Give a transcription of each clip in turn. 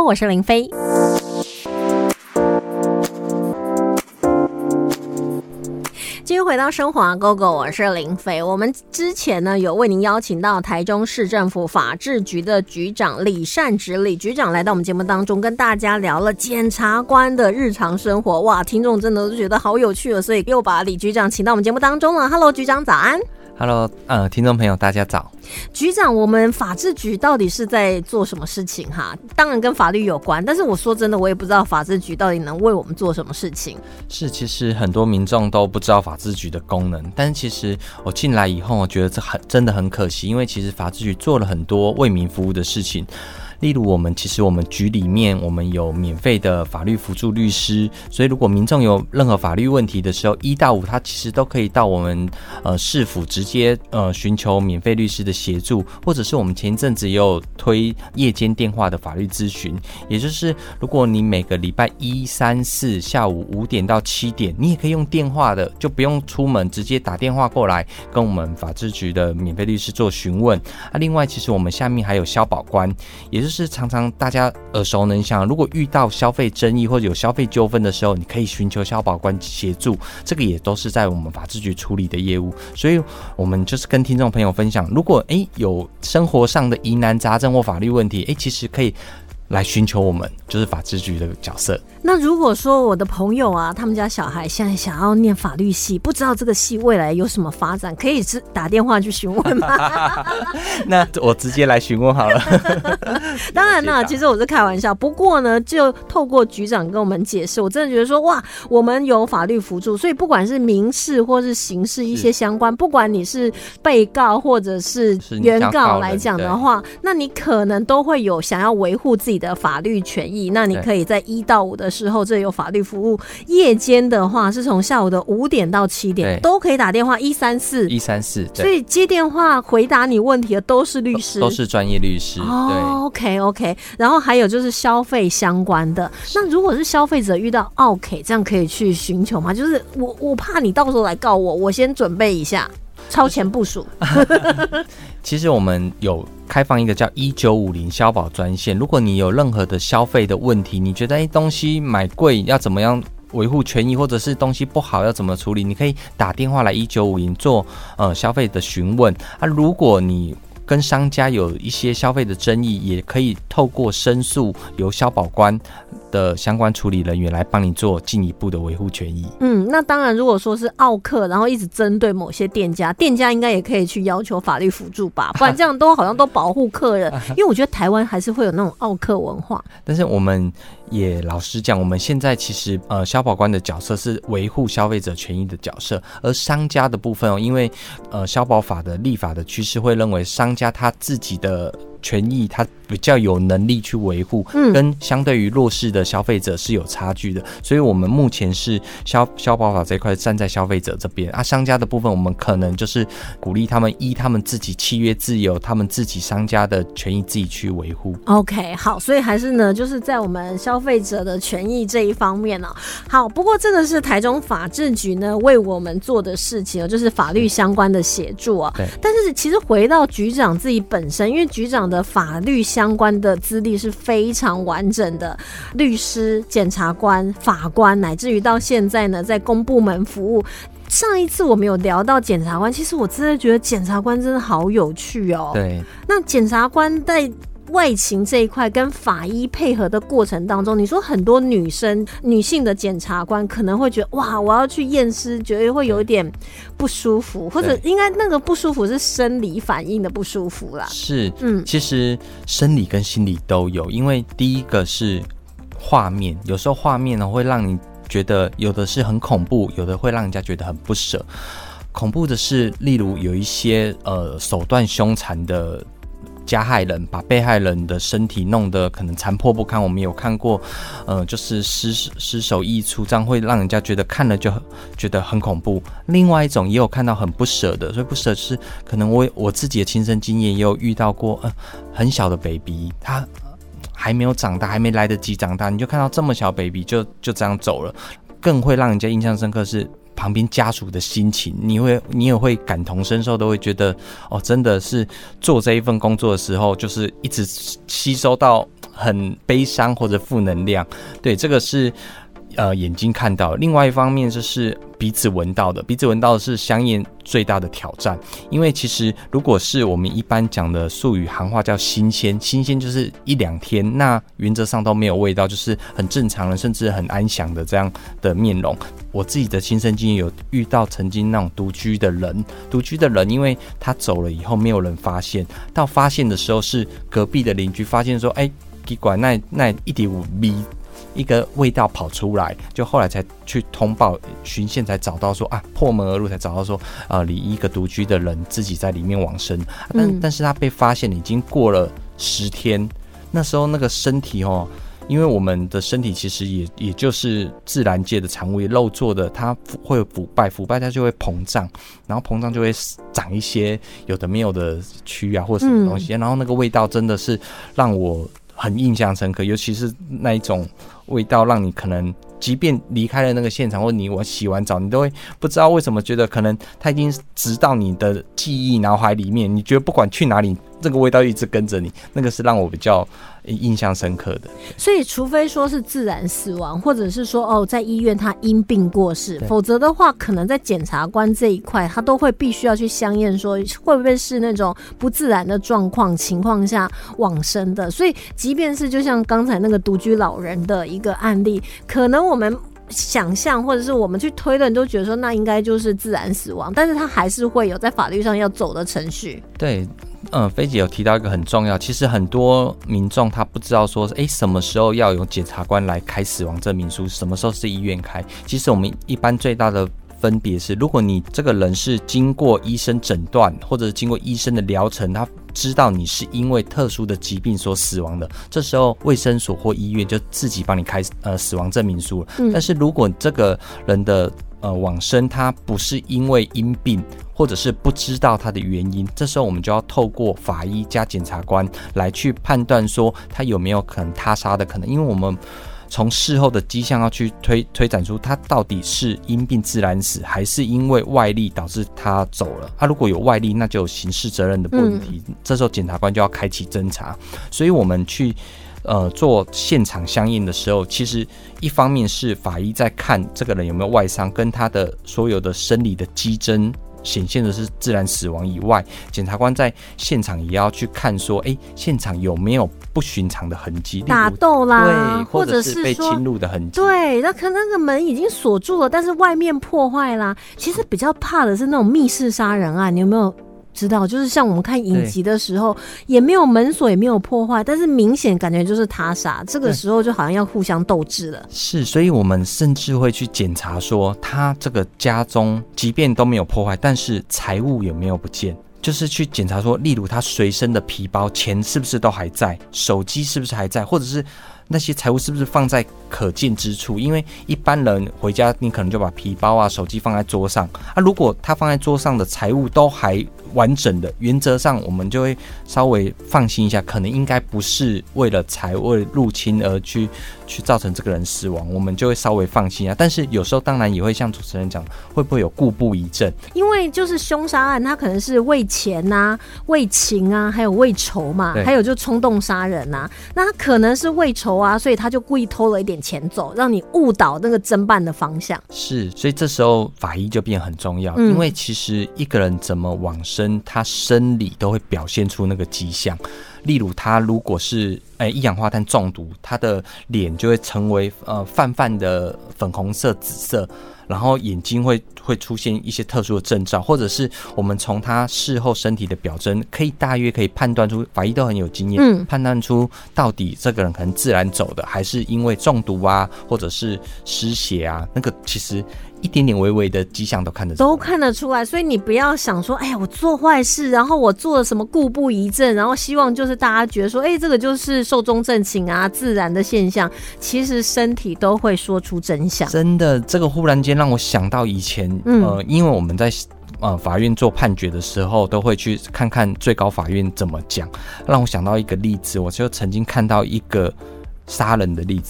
Go， 我是林飞。继续回到生活Go Go， 我是林飞。我们之前呢有为您邀请到台中市政府法制局的局长李善植李局长来到我们节目当中，跟大家聊了检察官的日常生活。哇，听众真的都觉得好有趣了，所以又把李局长请到我们节目当中了。Hello， 局长早安。 Hello， 听众朋友大家早。 局长，我们法制局到底是在做什么事情哈？当然跟法律有关，但是我说真的，我也不知道法制局到底能为我们做什么事情。 是，其实很多民众都不知道法制局的功能，但是其实我进来以后，我觉得这真的很可惜，因为其实法制局做了很多为民服务的事情。例如我们局里面我们有免费的法律辅助律师，所以如果民众有任何法律问题的时候，1到5他其实都可以到我们市府直接寻求免费律师的协助，或者是我们前一阵子也有推夜间电话的法律咨询，也就是如果你每个礼拜1、3、4下午5点到7点，你也可以用电话的，就不用出门，直接打电话过来跟我们法制局的免费律师做询问。另外其实我们下面还有消保官，也就是常常大家耳熟能详，如果遇到消费争议或者有消费纠纷的时候，你可以寻求消保官协助，这个也都是在我们法制局处理的业务。所以我们就是跟听众朋友分享，如果有生活上的疑难杂症或法律问题，其实可以来寻求我们，就是法制局的角色。 那如果说我的朋友啊，他们家小孩现在想要念法律系，不知道这个系未来有什么发展，可以打电话去询问吗？ 那我直接来询问好了。 当然啦，其实我是开玩笑，不过呢，就透过局长跟我们解释，我真的觉得说，哇，我们有法律辅助，所以不管是民事或是刑事一些相关，不管你是被告或者是原告来讲的话，那你可能都会有想要维护自己的法律权益，那你可以在1到5的时候，这有法律服务。夜间的话是从下午的5点到7点，都可以打电话134，所以接电话回答你问题的都是律师， 都是专业律师。 对 OK， 然后还有就是消费相关的。那如果是消费者遇到OK，这样可以去寻求吗？就是我怕你到时候来告我，我先准备一下。超前部署。 其实我们有开放一个叫1950消保专线，如果你有任何的消费的问题，你觉得东西买贵要怎么样维护权益，或者是东西不好要怎么处理，你可以打电话来1950做消费的询问。如果你跟商家有一些消费的争议，也可以透过申诉，由消保官的相关处理人员来帮你做进一步的维护权益。 那当然如果说是奥客，然后一直针对某些店家应该也可以去要求法律辅助吧，不然这样都好像都保护客人。因为我觉得台湾还是会有那种奥客文化。但是我们也老实讲，我们现在其实消保官的角色是维护消费者权益的角色，而商家的部分因为消保法的立法的趋势会认为商家他自己的权益他比较有能力去维护，跟相对于弱势的消费者是有差距的，所以我们目前是消保法这一块站在消费者这边商家的部分我们可能就是鼓励他们依他们自己契约自由，他们自己商家的权益自己去维护。 OK， 好，所以还是呢就是在我们消费者的权益这一方面好，不过这个是台中法制局呢为我们做的事情就是法律相关的协助对，但是其实回到局长自己本身，因为局长的法律相关的资历是非常完整的，律师、检察官、法官，乃至于到现在呢在公部门服务。上一次我们有聊到检察官，其实我真的觉得检察官真的好有趣对， 那检察官在外勤这一块跟法医配合的过程当中，你说很多女性的检察官可能会觉得哇，我要去验尸，觉得会有一点不舒服，或者应该那个不舒服是生理反应的不舒服啦。 是，其实生理跟心理都有，因为第一个是画面，有时候画面会让你觉得有的是很恐怖，有的会让人家觉得很不舍。恐怖的是例如有一些手段凶残的加害人，把被害人的身体弄得可能残破不堪，我们有看过就是尸首溢出，这样会让人家觉得看了就觉得很恐怖。另外一种也有看到很不舍的，所以不舍是可能我自己的亲身经验也有遇到过很小的 baby， 他还没有长大，还没来得及长大，你就看到这么小 baby 就这样走了。更会让人家印象深刻是旁边家属的心情，你也会感同身受，都会觉得真的是做这一份工作的时候，就是一直吸收到很悲伤或者负能量。对，这个是眼睛看到的。另外一方面就是鼻子闻到的是香烟最大的挑战，因为其实如果是我们一般讲的术语行话叫新鲜就是1-2天，那原则上都没有味道，就是很正常人甚至很安详的这样的面容。我自己的亲身经验有遇到曾经那种独居的人，因为他走了以后没有人发现，到发现的时候是隔壁的邻居发现说奇怪，那一点一个味道跑出来，就后来才去通报巡线，才找到说破门而入，才找到说里一个独居的人自己在里面往生，但是他被发现已经过了10天，那时候那个身体因为我们的身体其实也就是自然界的产物，也肉做的，它会腐败它就会膨胀，然后膨胀就会长一些有的没有的蛆或什么东西，然后那个味道真的是让我很印象深刻，尤其是那一种味道，让你可能即便离开了那个现场，或者我洗完澡，你都会不知道为什么觉得可能它已经植到你的记忆脑海里面，你觉得不管去哪里，这个味道一直跟着你，那个是让我比较印象深刻的。 所以除非说是自然死亡，或者是说在医院他因病过世，否则的话可能在检察官这一块他都会必须要去相验，说会不会是那种不自然的情况下往生的。所以即便是就像刚才那个独居老人的一个案例，可能我们想象或者是我们去推论都觉得说那应该就是自然死亡，但是他还是会有在法律上要走的程序。 对，菲姐有提到一个很重要，其实很多民众他不知道说什么时候要有检察官来开死亡证明书，什么时候是医院开。其实我们一般最大的分别是，如果你这个人是经过医生诊断或者是经过医生的疗程，他知道你是因为特殊的疾病所死亡的，这时候卫生所或医院就自己帮你开死亡证明书了。但是如果这个人的往生他不是因为因病，或者是不知道他的原因，这时候我们就要透过法医加检察官来去判断说他有没有可能他杀的可能，因为我们从事后的迹象要去推展出他到底是因病自然死，还是因为外力导致他走了。如果有外力，那就有刑事责任的问题，这时候检察官就要开启侦查。所以我们去做现场相应的时候，其实一方面是法医在看这个人有没有外伤，跟他的所有的生理的机征显现的是自然死亡以外，检察官在现场也要去看说现场有没有不寻常的痕迹， 打斗啦， 对，或者是被侵入的痕迹。 对，那可能那个门已经锁住了，但是外面破坏啦。其实比较怕的是那种密室杀人案，你有没有知道？就是像我们看影集的时候，也没有门锁，也没有破坏，但是明显感觉就是他杀。这个时候就好像要互相斗智了。是， 所以我们甚至会去检查说，他这个家中即便都没有破坏，但是财物有没有不见？就是去检查说，例如他随身的皮包、钱是不是都还在，手机是不是还在，或者是那些财物是不是放在可见之处？因为一般人回家，你可能就把皮包手机放在桌上如果他放在桌上的财物都还完整的，原则上我们就会稍微放心一下，可能应该不是为了入侵而去造成这个人死亡，我们就会稍微放心但是有时候当然也会像主持人讲，会不会有故布疑阵？ 因为就是凶杀案，它可能是为钱为情还有为仇嘛，还有就冲动杀人那他可能是为仇所以他就故意偷了一点钱走，让你误导那个侦办的方向。 是，所以这时候法医就变很重要，因为其实一个人怎么往生，他生理都会表现出那个迹象。例如他如果是一氧化碳中毒，他的脸就会成为泛泛的粉红色、紫色，然后眼睛会出现一些特殊的征兆，或者是我们从他事后身体的表征大约可以判断出，法医都很有经验，判断出到底这个人可能自然走的，还是因为中毒或者是失血那个其实一点点微微的迹象都看得出来。 所以你不要想说我做坏事，然后我做了什么故布疑阵，然后希望就是大家觉得说这个就是寿终正寝自然的现象。其实身体都会说出真相。 真的，这个忽然间让我想到以前因为我们在法院做判决的时候都会去看看最高法院怎么讲，让我想到一个例子。我就曾经看到一个杀人的例子，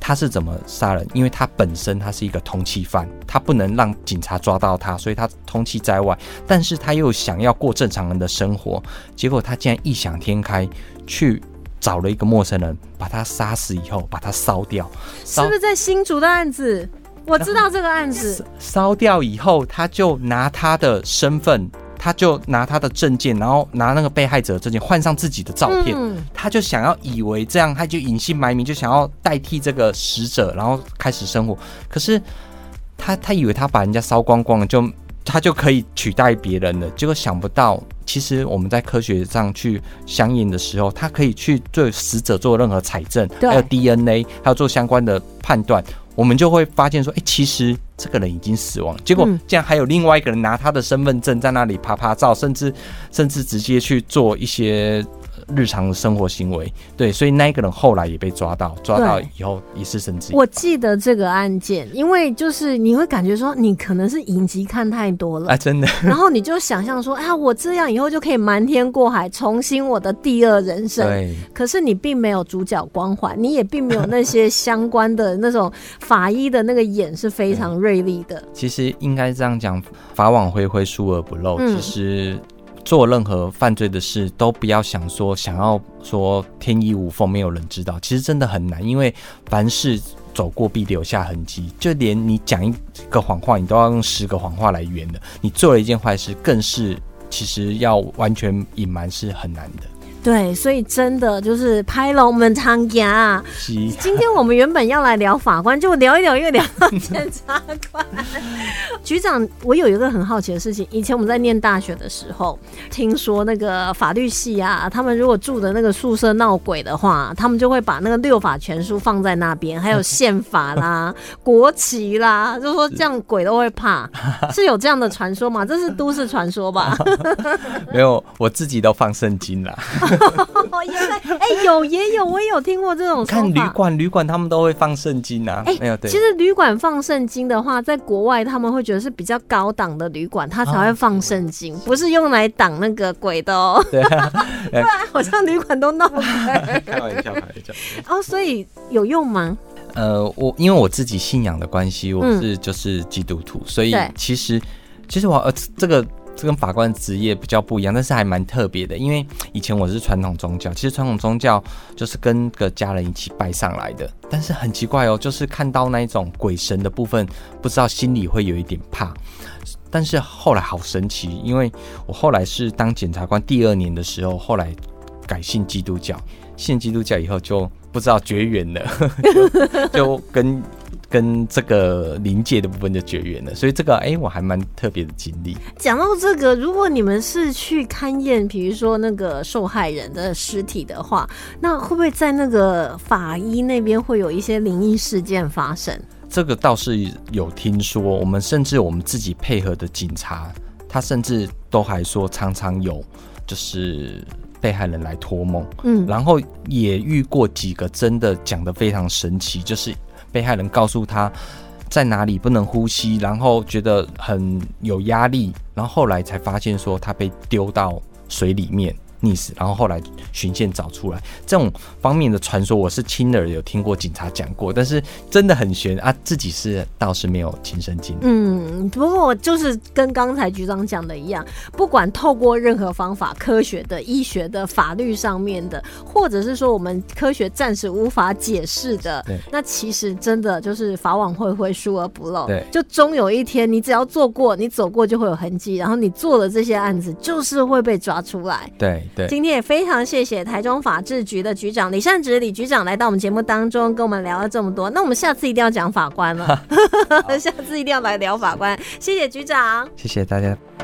他是怎么杀人？因为他本身他是一个通缉犯，他不能让警察抓到他，所以他通缉在外。但是他又想要过正常人的生活，结果他竟然异想天开，去找了一个陌生人，把他杀死以后，把他烧掉。 是不是在新竹的案子？我知道这个案子。 烧掉以后，他就拿他的身份。他就拿他的证件，然后拿那个被害者的证件换上自己的照片，他就想要以为这样，他就隐姓埋名，就想要代替这个死者，然后开始生活。可是他以为他把人家烧光光了，他就可以取代别人了。结果想不到，其实我们在科学上去相验的时候，他可以去对死者做任何采证，还有 DNA， 还有做相关的判断。我们就会发现说，其实这个人已经死亡。结果竟然还有另外一个人拿他的身份证在那里拍拍照，甚至直接去做一些日常的生活行为。对，所以那一个人后来也被抓到以后也是绳之以法。 我记得这个案件，因为就是你会感觉说，你可能是影集看太多了真的。 然后你就想象说，我这样以后就可以瞒天过海，重新我的第二人生。 对。 可是你并没有主角光环，你也并没有那些相关的那种法医的那个眼是非常锐利的。 其实应该这样讲，法网恢恢，疏而不漏。其实做任何犯罪的事都不要想要说天衣无缝，没有人知道。其实真的很难，因为凡事走过必留下痕迹，就连你讲一个谎话，你都要用10个谎话来圆的。你做了一件坏事，更是其实要完全隐瞒是很难的。 对，所以真的就是拍龙门汤牙。今天我们原本要来聊法官，就聊一聊又聊到检察官。局长，我有一个很好奇的事情，以前我们在念大学的时候，听说那个法律系啊，他们如果住的那个宿舍闹鬼的话，他们就会把那个6法全书放在那边，还有宪法啦、国旗啦，就说这样鬼都会怕。是有这样的传说吗？这是都市传说吧？ 没有，我自己都放圣经啦。 原来也有，我也有听过这种说法。 看旅馆他们都会放圣经啊。没有，对。 其实旅馆放圣经的话，在国外他们会觉得是比较高档的旅馆，他才会放圣经，不是用来挡那个鬼的哦。对啊，不然好像旅馆都闹鬼。 开玩笑。 所以有用吗？ 因为我自己信仰的关系，我是就是基督徒，所以其实我这跟法官职业比较不一样，但是还蛮特别的。因为以前我是传统宗教，其实传统宗教就是跟个家人一起拜上来的。但是很奇怪就是看到那一种鬼神的部分，不知道心里会有一点怕。但是后来好神奇，因为我后来是当检察官第2年的时候，后来改信基督教，信基督教以后就不知道绝缘了，就跟这个灵界的部分就绝缘了，所以这个我还蛮特别的经历。 讲到这个，如果你们是去勘验，比如说那个受害人的尸体的话，那会不会在那个法医那边会有一些灵异事件发生？ 这个倒是有听说，我们甚至我们自己配合的警察，他甚至都还说常常有就是被害人来托梦，然后也遇过几个真的讲得非常神奇，就是被害人告诉他在哪里不能呼吸，然后觉得很有压力，然后后来才发现说他被丢到水里面溺死，然后后来循线找出来。这种方面的传说我是亲耳有听过警察讲过，但是真的很悬啊，自己是倒是没有亲身经历。 不过就是跟刚才局长讲的一样，不管透过任何方法，科学的、医学的、法律上面的，或者是说我们科学暂时无法解释的，那其实真的就是法网恢恢，疏而不漏。就终有一天，你只要做过，你走过就会有痕迹，然后你做的这些案子就是会被抓出来。 对。 今天也非常谢谢台中法制局的局长李善植李局长来到我们节目当中，跟我们聊了这么多。那我们下次一定要讲法官了，下次一定要来聊法官。谢谢局长， 谢谢大家。